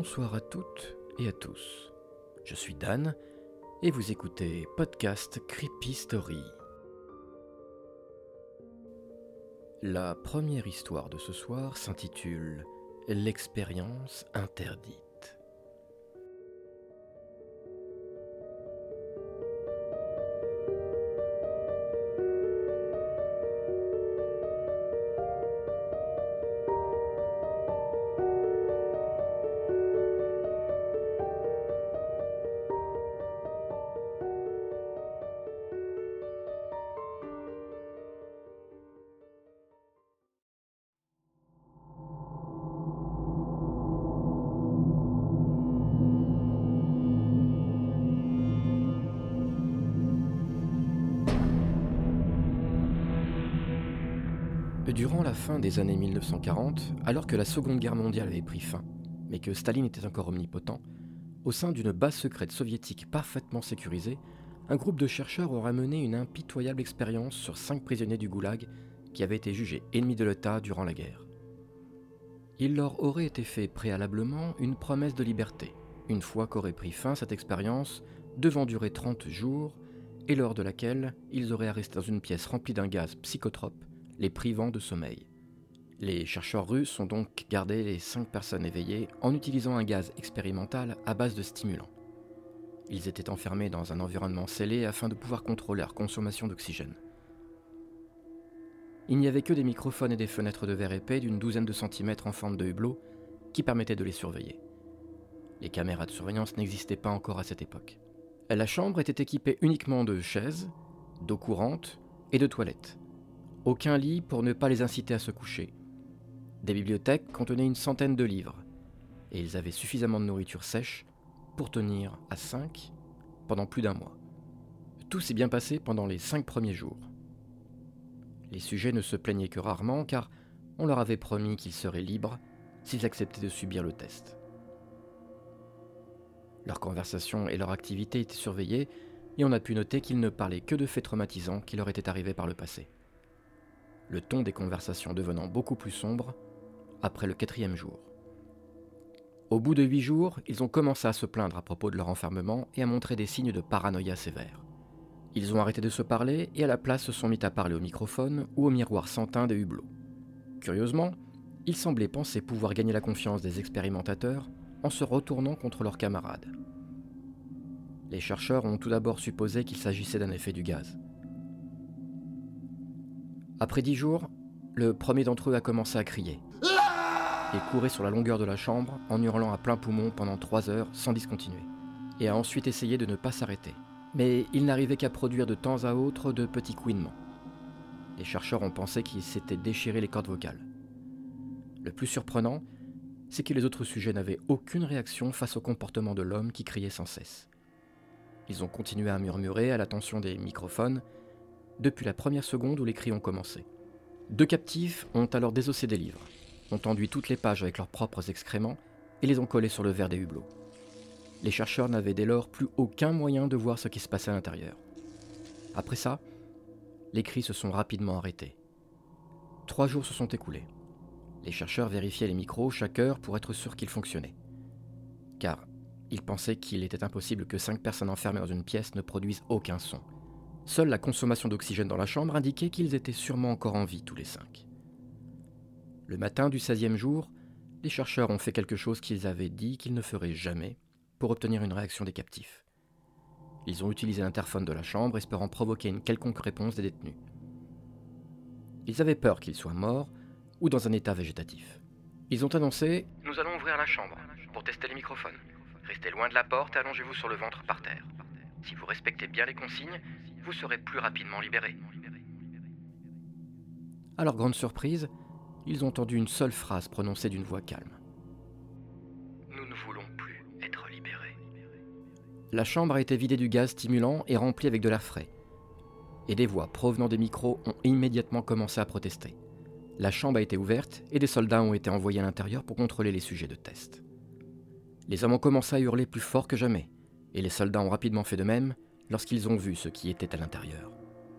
Bonsoir à toutes et à tous. Je suis Dan et vous écoutez Podcast Creepy Story. La première histoire de ce soir s'intitule L'expérience interdite. Durant la fin des années 1940, alors que la Seconde Guerre mondiale avait pris fin, mais que Staline était encore omnipotent, au sein d'une base secrète soviétique parfaitement sécurisée, un groupe de chercheurs aurait mené une impitoyable expérience sur 5 prisonniers du Goulag qui avaient été jugés ennemis de l'État durant la guerre. Il leur aurait été fait préalablement une promesse de liberté, une fois qu'aurait pris fin cette expérience, devant durer 30 jours, et lors de laquelle ils auraient à rester dans une pièce remplie d'un gaz psychotrope, les privant de sommeil. Les chercheurs russes ont donc gardé les 5 personnes éveillées en utilisant un gaz expérimental à base de stimulants. Ils étaient enfermés dans un environnement scellé afin de pouvoir contrôler leur consommation d'oxygène. Il n'y avait que des microphones et des fenêtres de verre épais d'une douzaine de centimètres en forme de hublot qui permettaient de les surveiller. Les caméras de surveillance n'existaient pas encore à cette époque. La chambre était équipée uniquement de chaises, d'eau courante et de toilettes. Aucun lit pour ne pas les inciter à se coucher. Des bibliothèques contenaient une centaine de livres, et ils avaient suffisamment de nourriture sèche pour tenir à 5 pendant plus d'un mois. Tout s'est bien passé pendant les 5 premiers jours. Les sujets ne se plaignaient que rarement car on leur avait promis qu'ils seraient libres s'ils acceptaient de subir le test. Leur conversation et leur activité étaient surveillées et on a pu noter qu'ils ne parlaient que de faits traumatisants qui leur étaient arrivés par le passé. Le ton des conversations devenant beaucoup plus sombre après le 4e jour. Au bout de 8 jours, ils ont commencé à se plaindre à propos de leur enfermement et à montrer des signes de paranoïa sévère. Ils ont arrêté de se parler et à la place se sont mis à parler au microphone ou au miroir sans teint des hublots. Curieusement, ils semblaient penser pouvoir gagner la confiance des expérimentateurs en se retournant contre leurs camarades. Les chercheurs ont tout d'abord supposé qu'il s'agissait d'un effet du gaz. Après 10 jours, le premier d'entre eux a commencé à crier et courait sur la longueur de la chambre en hurlant à plein poumon pendant 3 heures sans discontinuer, et a ensuite essayé de ne pas s'arrêter. Mais il n'arrivait qu'à produire de temps à autre de petits couinements. Les chercheurs ont pensé qu'il s'était déchiré les cordes vocales. Le plus surprenant, c'est que les autres sujets n'avaient aucune réaction face au comportement de l'homme qui criait sans cesse. Ils ont continué à murmurer à l'attention des microphones depuis la première seconde où les cris ont commencé. 2 captifs ont alors désossé des livres, ont enduit toutes les pages avec leurs propres excréments et les ont collés sur le verre des hublots. Les chercheurs n'avaient dès lors plus aucun moyen de voir ce qui se passait à l'intérieur. Après ça, les cris se sont rapidement arrêtés. 3 jours se sont écoulés. Les chercheurs vérifiaient les micros chaque heure pour être sûrs qu'ils fonctionnaient. Car ils pensaient qu'il était impossible que 5 personnes enfermées dans une pièce ne produisent aucun son. Seule la consommation d'oxygène dans la chambre indiquait qu'ils étaient sûrement encore en vie tous les 5. Le matin du 16e jour, les chercheurs ont fait quelque chose qu'ils avaient dit qu'ils ne feraient jamais pour obtenir une réaction des captifs. Ils ont utilisé l'interphone de la chambre espérant provoquer une quelconque réponse des détenus. Ils avaient peur qu'ils soient morts ou dans un état végétatif. Ils ont annoncé « Nous allons ouvrir la chambre pour tester les microphones. Restez loin de la porte et allongez-vous sur le ventre par terre. Si vous respectez bien les consignes, vous serez plus rapidement libérés. » À leur grande surprise, ils ont entendu une seule phrase prononcée d'une voix calme. « Nous ne voulons plus être libérés. » La chambre a été vidée du gaz stimulant et remplie avec de l'air frais. Et des voix provenant des micros ont immédiatement commencé à protester. La chambre a été ouverte et des soldats ont été envoyés à l'intérieur pour contrôler les sujets de test. Les hommes ont commencé à hurler plus fort que jamais, et les soldats ont rapidement fait de même lorsqu'ils ont vu ce qui était à l'intérieur.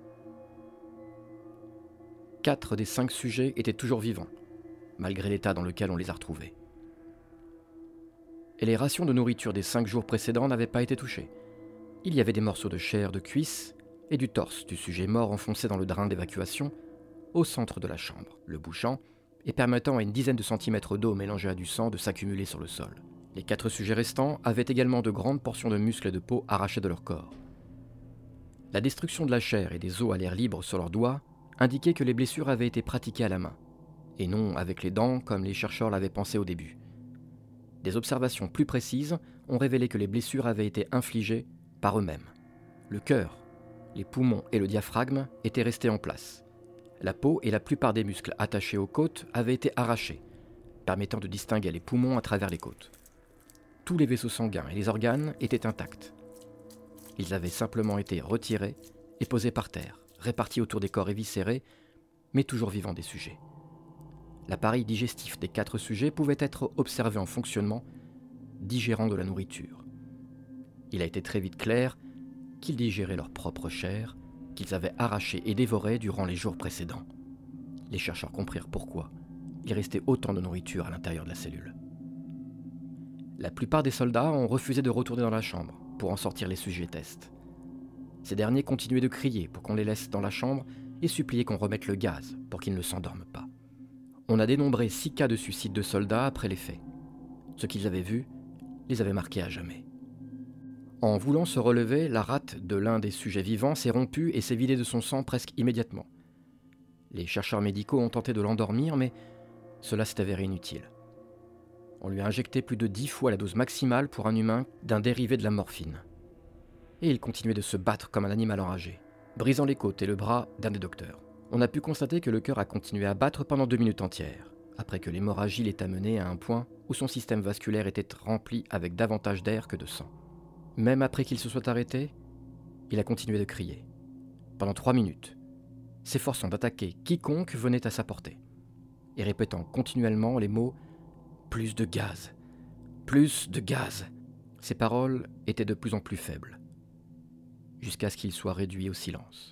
4 des 5 sujets étaient toujours vivants, malgré l'état dans lequel on les a retrouvés. et les rations de nourriture des 5 jours précédents n'avaient pas été touchées. Il y avait des morceaux de chair de cuisse et du torse du sujet mort enfoncés dans le drain d'évacuation au centre de la chambre, le bouchant et permettant à une dizaine de centimètres d'eau mélangée à du sang de s'accumuler sur le sol. Les 4 sujets restants avaient également de grandes portions de muscles et de peau arrachées de leur corps. La destruction de la chair et des os à l'air libre sur leurs doigts indiquait que les blessures avaient été pratiquées à la main, et non avec les dents comme les chercheurs l'avaient pensé au début. Des observations plus précises ont révélé que les blessures avaient été infligées par eux-mêmes. Le cœur, les poumons et le diaphragme étaient restés en place. La peau et la plupart des muscles attachés aux côtes avaient été arrachés, permettant de distinguer les poumons à travers les côtes. Tous les vaisseaux sanguins et les organes étaient intacts. Ils avaient simplement été retirés et posés par terre, répartis autour des corps éviscérés, mais toujours vivants des sujets. L'appareil digestif des 4 sujets pouvait être observé en fonctionnement, digérant de la nourriture. Il a été très vite clair qu'ils digéraient leur propre chair, qu'ils avaient arrachée et dévorée durant les jours précédents. Les chercheurs comprirent pourquoi il restait autant de nourriture à l'intérieur de la cellule. La plupart des soldats ont refusé de retourner dans la chambre pour en sortir les sujets tests. Ces derniers continuaient de crier pour qu'on les laisse dans la chambre et suppliaient qu'on remette le gaz pour qu'ils ne s'endorment pas. On a dénombré 6 cas de suicide de soldats après les faits. Ce qu'ils avaient vu les avait marqués à jamais. En voulant se relever, la rate de l'un des sujets vivants s'est rompue et s'est vidée de son sang presque immédiatement. Les chercheurs médicaux ont tenté de l'endormir, mais cela s'est avéré inutile. On lui a injecté plus de 10 fois la dose maximale pour un humain d'un dérivé de la morphine. Et il continuait de se battre comme un animal enragé, brisant les côtes et le bras d'un des docteurs. On a pu constater que le cœur a continué à battre pendant 2 minutes entières, après que l'hémorragie l'ait amené à un point où son système vasculaire était rempli avec davantage d'air que de sang. Même après qu'il se soit arrêté, il a continué de crier. Pendant 3 minutes, s'efforçant d'attaquer quiconque venait à sa portée, et répétant continuellement les mots « plus de gaz, plus de gaz ». Ses paroles étaient de plus en plus faibles, jusqu'à ce qu'il soit réduit au silence.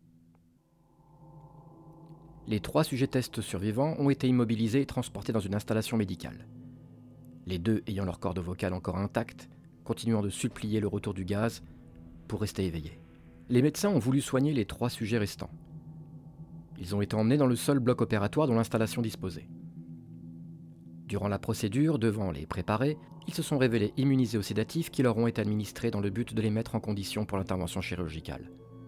Les 3 sujets tests survivants ont été immobilisés et transportés dans une installation médicale. Les 2 ayant leur corde vocale encore intacte, continuant de supplier le retour du gaz pour rester éveillés. Les médecins ont voulu soigner les 3 sujets restants. Ils ont été emmenés dans le seul bloc opératoire dont l'installation disposait. Durant la procédure, devant les préparer, ils se sont révélés immunisés aux sédatifs qui leur ont été administrés dans le but de les mettre en condition pour l'intervention chirurgicale.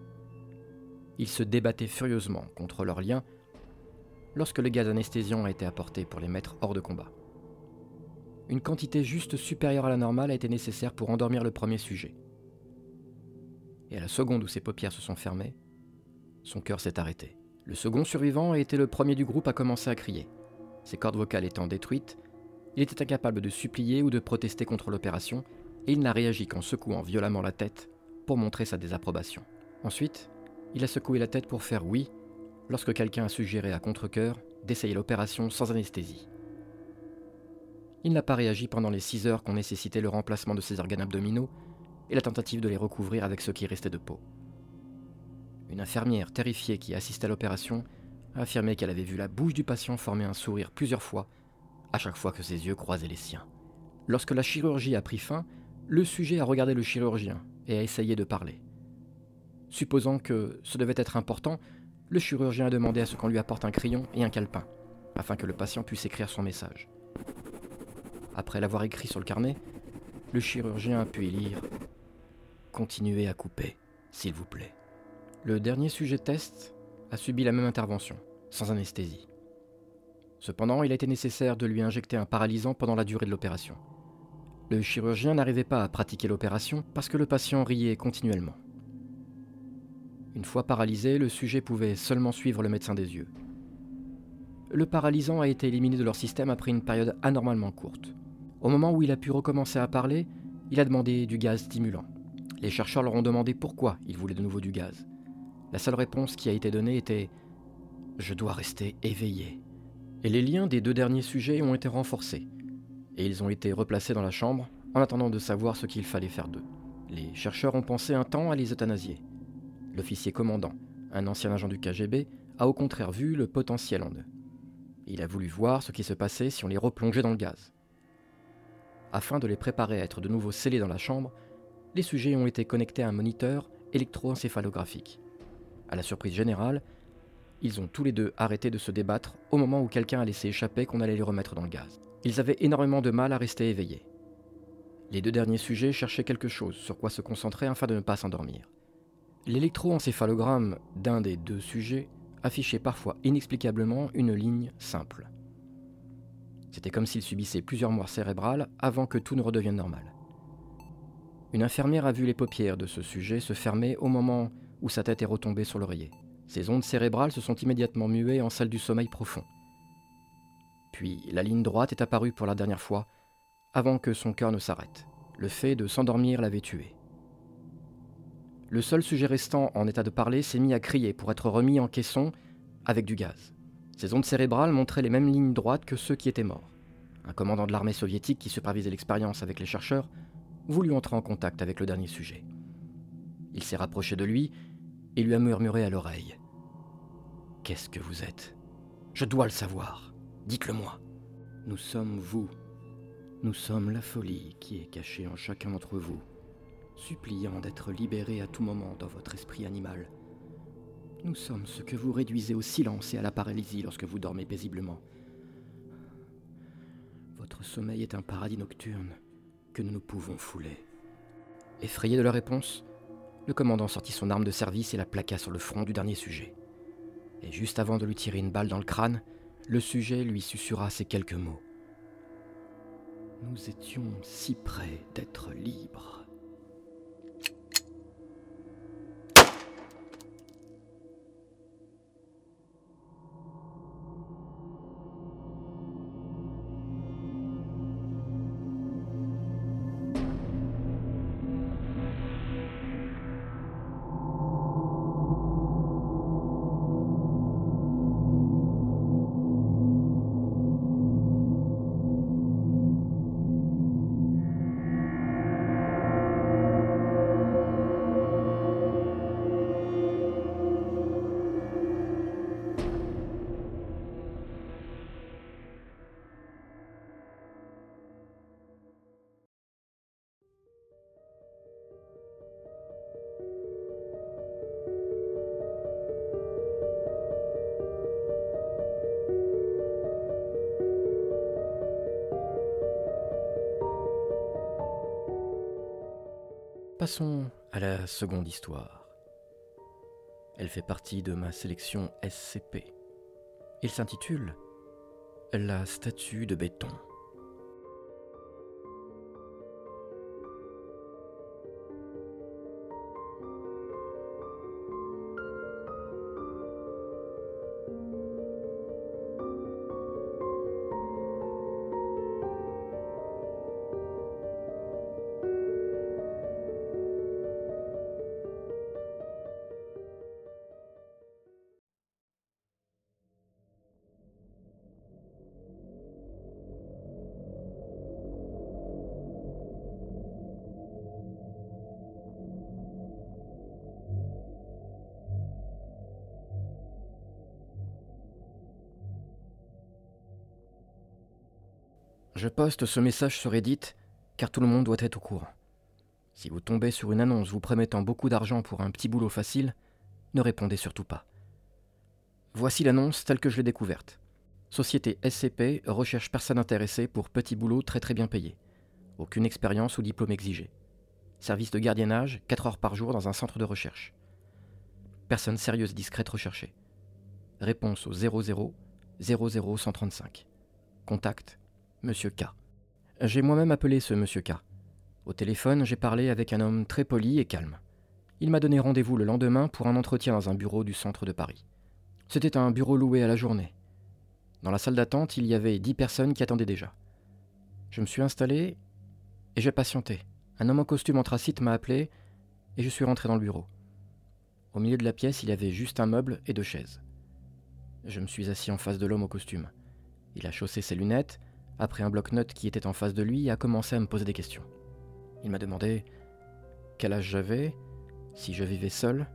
Ils se débattaient furieusement contre leurs liens lorsque le gaz anesthésiant a été apporté pour les mettre hors de combat. Une quantité juste supérieure à la normale a été nécessaire pour endormir le premier sujet. Et à la seconde où ses paupières se sont fermées, son cœur s'est arrêté. Le second survivant a été le premier du groupe à commencer à crier. Ses cordes vocales étant détruites, il était incapable de supplier ou de protester contre l'opération, et il n'a réagi qu'en secouant violemment la tête pour montrer sa désapprobation. Ensuite, il a secoué la tête pour faire oui lorsque quelqu'un a suggéré à contre-cœur d'essayer l'opération sans anesthésie. Il n'a pas réagi pendant les 6 heures qu'ont nécessité le remplacement de ses organes abdominaux et la tentative de les recouvrir avec ce qui restait de peau. Une infirmière terrifiée qui assistait à l'opération a affirmé qu'elle avait vu la bouche du patient former un sourire plusieurs fois, à chaque fois que ses yeux croisaient les siens. Lorsque la chirurgie a pris fin, le sujet a regardé le chirurgien et a essayé de parler. Supposant que ce devait être important, le chirurgien a demandé à ce qu'on lui apporte un crayon et un calepin, afin que le patient puisse écrire son message. Après l'avoir écrit sur le carnet, le chirurgien a pu y lire « Continuez à couper, s'il vous plaît ». Le dernier sujet test a subi la même intervention, sans anesthésie. Cependant, il a été nécessaire de lui injecter un paralysant pendant la durée de l'opération. Le chirurgien n'arrivait pas à pratiquer l'opération parce que le patient riait continuellement. Une fois paralysé, le sujet pouvait seulement suivre le médecin des yeux. Le paralysant a été éliminé de leur système après une période anormalement courte. Au moment où il a pu recommencer à parler, il a demandé du gaz stimulant. Les chercheurs leur ont demandé pourquoi ils voulaient de nouveau du gaz. La seule réponse qui a été donnée était « Je dois rester éveillé ». Et les liens des 2 derniers sujets ont été renforcés, et ils ont été replacés dans la chambre en attendant de savoir ce qu'il fallait faire d'eux. Les chercheurs ont pensé un temps à les euthanasier. L'officier commandant, un ancien agent du KGB, a au contraire vu le potentiel en eux. Il a voulu voir ce qui se passait si on les replongeait dans le gaz. Afin de les préparer à être de nouveau scellés dans la chambre, les sujets ont été connectés à un moniteur électroencéphalographique. À la surprise générale, ils ont tous les deux arrêté de se débattre au moment où quelqu'un a laissé échapper qu'on allait les remettre dans le gaz. Ils avaient énormément de mal à rester éveillés. Les 2 derniers sujets cherchaient quelque chose sur quoi se concentrer afin de ne pas s'endormir. L'électroencéphalogramme d'un des 2 sujets affichait parfois inexplicablement une ligne simple. C'était comme s'il subissait plusieurs morts cérébrales avant que tout ne redevienne normal. Une infirmière a vu les paupières de ce sujet se fermer au moment où sa tête est retombée sur l'oreiller. Ses ondes cérébrales se sont immédiatement muées en celles du sommeil profond. Puis la ligne droite est apparue pour la dernière fois, avant que son cœur ne s'arrête. Le fait de s'endormir l'avait tué. Le seul sujet restant en état de parler s'est mis à crier pour être remis en caisson avec du gaz. Ses ondes cérébrales montraient les mêmes lignes droites que ceux qui étaient morts. Un commandant de l'armée soviétique qui supervisait l'expérience avec les chercheurs voulut entrer en contact avec le dernier sujet. Il s'est rapproché de lui et lui a murmuré à l'oreille. « Qu'est-ce que vous êtes ? Je dois le savoir. Dites-le-moi. Nous sommes vous. Nous sommes la folie qui est cachée en chacun d'entre vous, suppliant d'être libéré à tout moment dans votre esprit animal. Nous sommes ce que vous réduisez au silence et à la paralysie lorsque vous dormez paisiblement. Votre sommeil est un paradis nocturne que nous ne pouvons fouler. » Effrayé de la réponse, le commandant sortit son arme de service et la plaqua sur le front du dernier sujet. Et juste avant de lui tirer une balle dans le crâne, le sujet lui susurra ces quelques mots. « Nous étions si près d'être libres. » Passons à la seconde histoire. Elle fait partie de ma sélection SCP. Il s'intitule « La statue de béton ». Je poste ce message sur Reddit car tout le monde doit être au courant. Si vous tombez sur une annonce vous promettant beaucoup d'argent pour un petit boulot facile, ne répondez surtout pas. Voici l'annonce telle que je l'ai découverte. Société SCP recherche personne intéressée pour petit boulot très bien payé. Aucune expérience ou diplôme exigé. Service de gardiennage, 4 heures par jour dans un centre de recherche. Personne sérieuse et discrète recherchée. Réponse au 00 00 135. Contact Monsieur K. J'ai moi-même appelé ce Monsieur K. Au téléphone, j'ai parlé avec un homme très poli et calme. Il m'a donné rendez-vous le lendemain pour un entretien dans un bureau du centre de Paris. C'était un bureau loué à la journée. Dans la salle d'attente, il y avait 10 personnes qui attendaient déjà. Je me suis installé et j'ai patienté. Un homme en costume anthracite m'a appelé et je suis rentré dans le bureau. Au milieu de la pièce, il y avait juste un meuble et 2 chaises. Je me suis assis en face de l'homme au costume. Il a chaussé ses lunettes, a pris un bloc-notes qui était en face de lui et a commencé à me poser des questions. Il m'a demandé quel âge j'avais, si je vivais seul,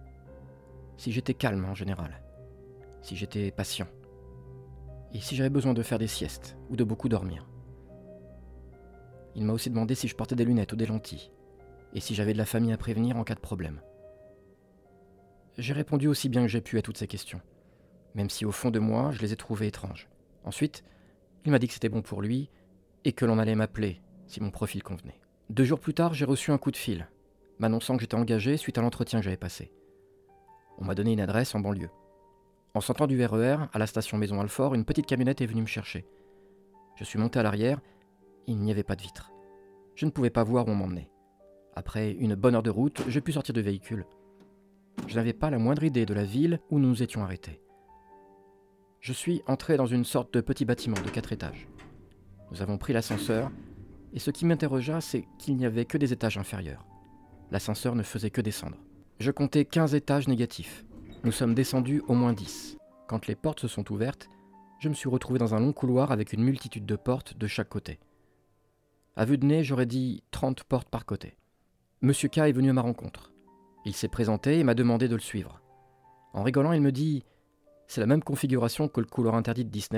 si j'étais calme en général, si j'étais patient, et si j'avais besoin de faire des siestes ou de beaucoup dormir. Il m'a aussi demandé si je portais des lunettes ou des lentilles, et si j'avais de la famille à prévenir en cas de problème. J'ai répondu aussi bien que j'ai pu à toutes ces questions, même si au fond de moi, je les ai trouvées étranges. Ensuite, il m'a dit que c'était bon pour lui, et que l'on allait m'appeler si mon profil convenait. 2 jours plus tard, j'ai reçu un coup de fil, m'annonçant que j'étais engagé suite à l'entretien que j'avais passé. On m'a donné une adresse en banlieue. En sortant du RER, à la station Maison-Alfort, une petite camionnette est venue me chercher. Je suis monté à l'arrière, il n'y avait pas de vitre. Je ne pouvais pas voir où on m'emmenait. Après une bonne heure de route, j'ai pu sortir du véhicule. Je n'avais pas la moindre idée de la ville où nous nous étions arrêtés. Je suis entré dans une sorte de petit bâtiment de 4 étages. Nous avons pris l'ascenseur, et ce qui m'interrogea, c'est qu'il n'y avait que des étages inférieurs. L'ascenseur ne faisait que descendre. Je comptais 15 étages négatifs. Nous sommes descendus au moins 10. Quand les portes se sont ouvertes, je me suis retrouvé dans un long couloir avec une multitude de portes de chaque côté. À vue de nez, j'aurais dit 30 portes par côté. Monsieur K est venu à ma rencontre. Il s'est présenté et m'a demandé de le suivre. En rigolant, il me dit « C'est la même configuration que le couloir interdit de Disneyland ».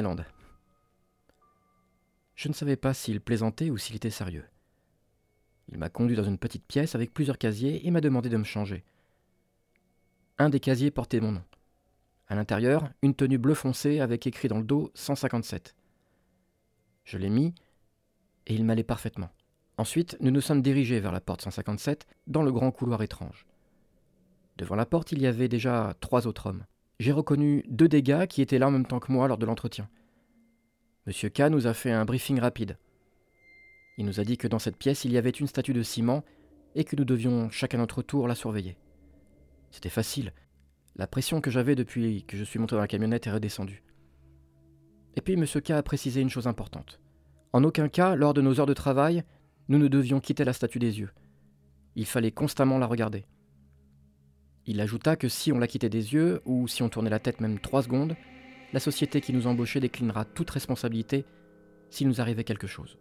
Je ne savais pas s'il plaisantait ou s'il était sérieux. Il m'a conduit dans une petite pièce avec plusieurs casiers et m'a demandé de me changer. Un des casiers portait mon nom. À l'intérieur, une tenue bleu foncé avec écrit dans le dos 157. Je l'ai mis et il m'allait parfaitement. Ensuite, nous nous sommes dirigés vers la porte 157 dans le grand couloir étrange. Devant la porte, il y avait déjà 3 autres hommes. J'ai reconnu 2 des gars qui étaient là en même temps que moi lors de l'entretien. Monsieur K nous a fait un briefing rapide. Il nous a dit que dans cette pièce, il y avait une statue de ciment et que nous devions chacun notre tour la surveiller. C'était facile. La pression que j'avais depuis que je suis monté dans la camionnette est redescendue. Et puis Monsieur K a précisé une chose importante. En aucun cas, lors de nos heures de travail, nous ne devions quitter la statue des yeux. Il fallait constamment la regarder. Il ajouta que si on la quittait des yeux, ou si on tournait la tête même 3 secondes, la société qui nous embauchait déclinera toute responsabilité s'il nous arrivait quelque chose.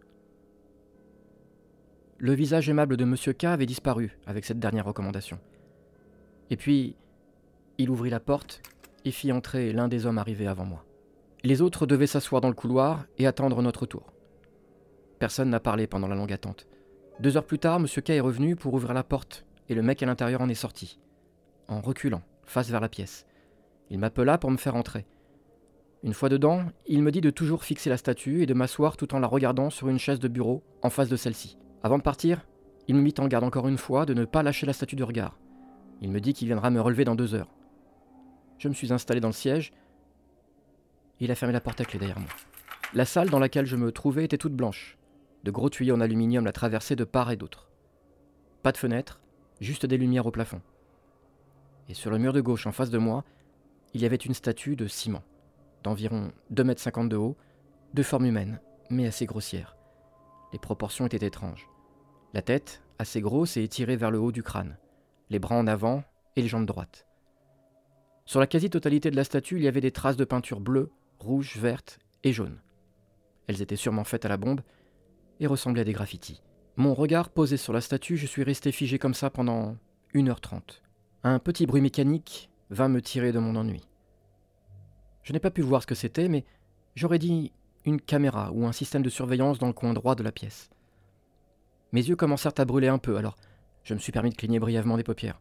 Le visage aimable de Monsieur K avait disparu avec cette dernière recommandation. Et puis, il ouvrit la porte et fit entrer l'un des hommes arrivés avant moi. Les autres devaient s'asseoir dans le couloir et attendre notre tour. Personne n'a parlé pendant la longue attente. 2 heures plus tard, Monsieur K est revenu pour ouvrir la porte et le mec à l'intérieur en est sorti, en reculant, face vers la pièce. Il m'appela pour me faire entrer. Une fois dedans, il me dit de toujours fixer la statue et de m'asseoir tout en la regardant sur une chaise de bureau en face de celle-ci. Avant de partir, il me mit en garde encore une fois de ne pas lâcher la statue du regard. Il me dit qu'il viendra me relever dans 2 heures. Je me suis installé dans le siège et il a fermé la porte à clé derrière moi. La salle dans laquelle je me trouvais était toute blanche. De gros tuyaux en aluminium la traversaient de part et d'autre. Pas de fenêtre, juste des lumières au plafond. Et sur le mur de gauche en face de moi, il y avait une statue de ciment, d'environ 2,50 m de haut, de forme humaine, mais assez grossière. Les proportions étaient étranges. La tête, assez grosse et étirée vers le haut du crâne, les bras en avant et les jambes droites. Sur la quasi-totalité de la statue, il y avait des traces de peinture bleue, rouge, verte et jaune. Elles étaient sûrement faites à la bombe et ressemblaient à des graffitis. Mon regard posé sur la statue, je suis resté figé comme ça pendant 1h30. Un petit bruit mécanique vint me tirer de mon ennui. Je n'ai pas pu voir ce que c'était, mais j'aurais dit une caméra ou un système de surveillance dans le coin droit de la pièce. Mes yeux commencèrent à brûler un peu, alors je me suis permis de cligner brièvement des paupières.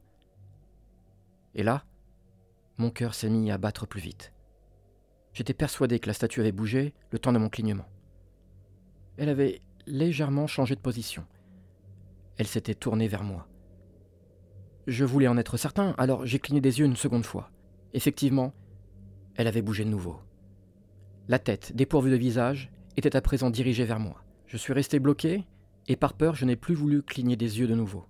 Et là, mon cœur s'est mis à battre plus vite. J'étais persuadé que la statue avait bougé le temps de mon clignement. Elle avait légèrement changé de position. Elle s'était tournée vers moi. Je voulais en être certain, alors j'ai cligné des yeux une seconde fois. Effectivement, elle avait bougé de nouveau. La tête, dépourvue de visage, était à présent dirigée vers moi. Je suis resté bloqué, et par peur, je n'ai plus voulu cligner des yeux de nouveau.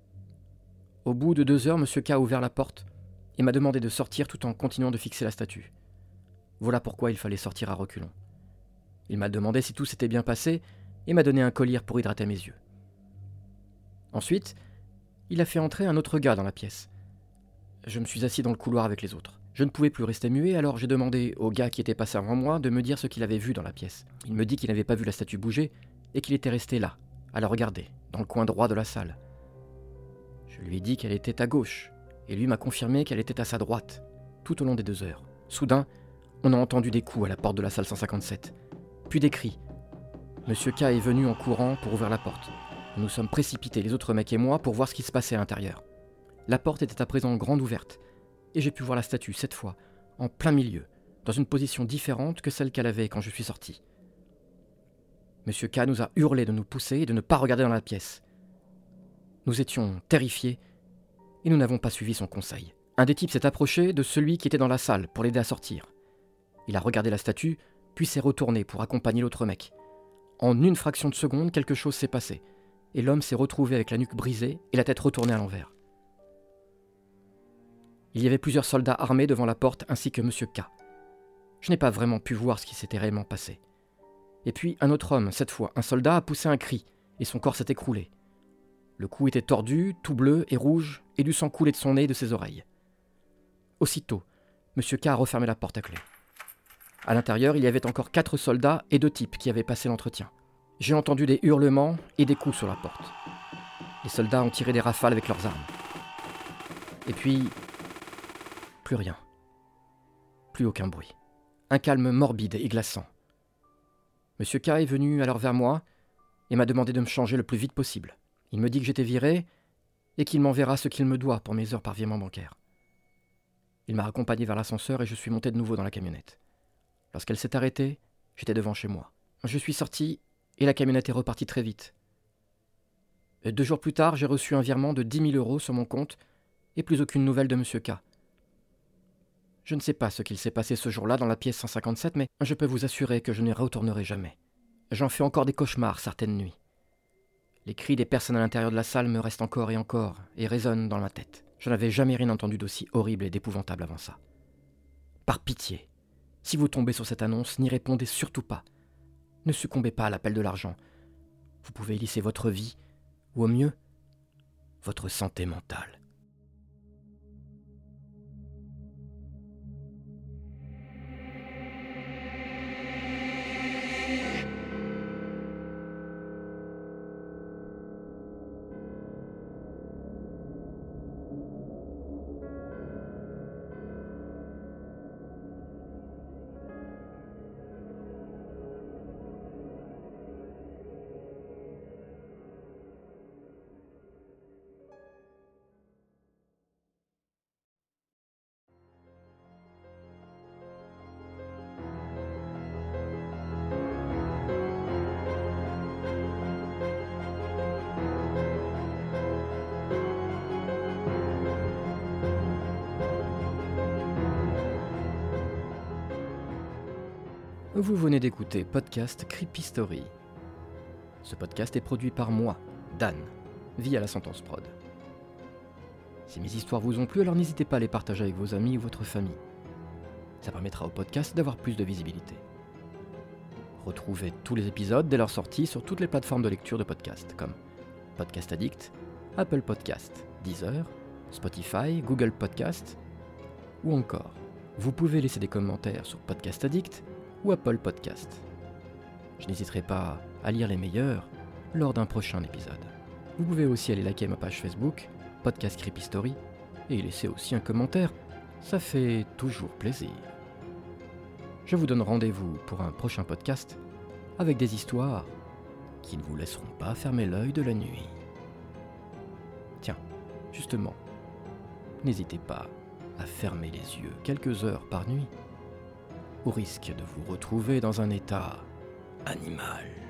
Au bout de 2 heures, Monsieur K a ouvert la porte et m'a demandé de sortir tout en continuant de fixer la statue. Voilà pourquoi il fallait sortir à reculons. Il m'a demandé si tout s'était bien passé et m'a donné un collier pour hydrater mes yeux. Ensuite, il a fait entrer un autre gars dans la pièce. Je me suis assis dans le couloir avec les autres. Je ne pouvais plus rester muet, alors j'ai demandé au gars qui était passé avant moi de me dire ce qu'il avait vu dans la pièce. Il me dit qu'il n'avait pas vu la statue bouger et qu'il était resté là, à la regarder, dans le coin droit de la salle. Je lui ai dit qu'elle était à gauche, et lui m'a confirmé qu'elle était à sa droite, tout au long des 2 heures. Soudain, on a entendu des coups à la porte de la salle 157, puis des cris. Monsieur K est venu en courant pour ouvrir la porte. Nous nous sommes précipités, les autres mecs et moi, pour voir ce qui se passait à l'intérieur. La porte était à présent grande ouverte, et j'ai pu voir la statue, cette fois, en plein milieu, dans une position différente que celle qu'elle avait quand je suis sorti. Monsieur K nous a hurlé de nous pousser et de ne pas regarder dans la pièce. Nous étions terrifiés, et nous n'avons pas suivi son conseil. Un des types s'est approché de celui qui était dans la salle pour l'aider à sortir. Il a regardé la statue, puis s'est retourné pour accompagner l'autre mec. En une fraction de seconde, quelque chose s'est passé, et l'homme s'est retrouvé avec la nuque brisée et la tête retournée à l'envers. Il y avait plusieurs soldats armés devant la porte ainsi que Monsieur K. Je n'ai pas vraiment pu voir ce qui s'était réellement passé. Et puis un autre homme, cette fois, un soldat, a poussé un cri, et son corps s'est écroulé. Le cou était tordu, tout bleu et rouge, et du sang coulait de son nez et de ses oreilles. Aussitôt, Monsieur K a refermé la porte à clé. À l'intérieur, il y avait encore 4 soldats et 2 types qui avaient passé l'entretien. J'ai entendu des hurlements et des coups sur la porte. Les soldats ont tiré des rafales avec leurs armes. Et puis, plus rien. Plus aucun bruit. Un calme morbide et glaçant. Monsieur K est venu alors vers moi et m'a demandé de me changer le plus vite possible. Il me dit que j'étais viré et qu'il m'enverra ce qu'il me doit pour mes heures par virement bancaire. Il m'a accompagné vers l'ascenseur et je suis monté de nouveau dans la camionnette. Lorsqu'elle s'est arrêtée, j'étais devant chez moi. Je suis sorti et la camionnette est repartie très vite. 2 jours plus tard, j'ai reçu un virement de 10 000 € sur mon compte et plus aucune nouvelle de Monsieur K. Je ne sais pas ce qu'il s'est passé ce jour-là dans la pièce 157, mais je peux vous assurer que je n'y retournerai jamais. J'en fais encore des cauchemars certaines nuits. Les cris des personnes à l'intérieur de la salle me restent encore et résonnent dans ma tête. Je n'avais jamais rien entendu d'aussi horrible et d'épouvantable avant ça. Par pitié, si vous tombez sur cette annonce, n'y répondez surtout pas. Ne succombez pas à l'appel de l'argent. Vous pouvez y laisser votre vie, ou au mieux, votre santé mentale. Vous venez d'écouter Podcast Creepy Story. Ce podcast est produit par moi, Dan, via la Sentence Prod. Si mes histoires vous ont plu, alors n'hésitez pas à les partager avec vos amis ou votre famille. Ça permettra au podcast d'avoir plus de visibilité. Retrouvez tous les épisodes dès leur sortie sur toutes les plateformes de lecture de podcasts, comme Podcast Addict, Apple Podcast, Deezer, Spotify, Google Podcast, ou encore, vous pouvez laisser des commentaires sur Podcast Addict ou Apple Podcast. Je n'hésiterai pas à lire les meilleurs lors d'un prochain épisode. Vous pouvez aussi aller liker ma page Facebook, Podcast Creepy Story, et y laisser aussi un commentaire, ça fait toujours plaisir. Je vous donne rendez-vous pour un prochain podcast avec des histoires qui ne vous laisseront pas fermer l'œil de la nuit. Tiens, justement, n'hésitez pas à fermer les yeux quelques heures par nuit, au risque de vous retrouver dans un état animal.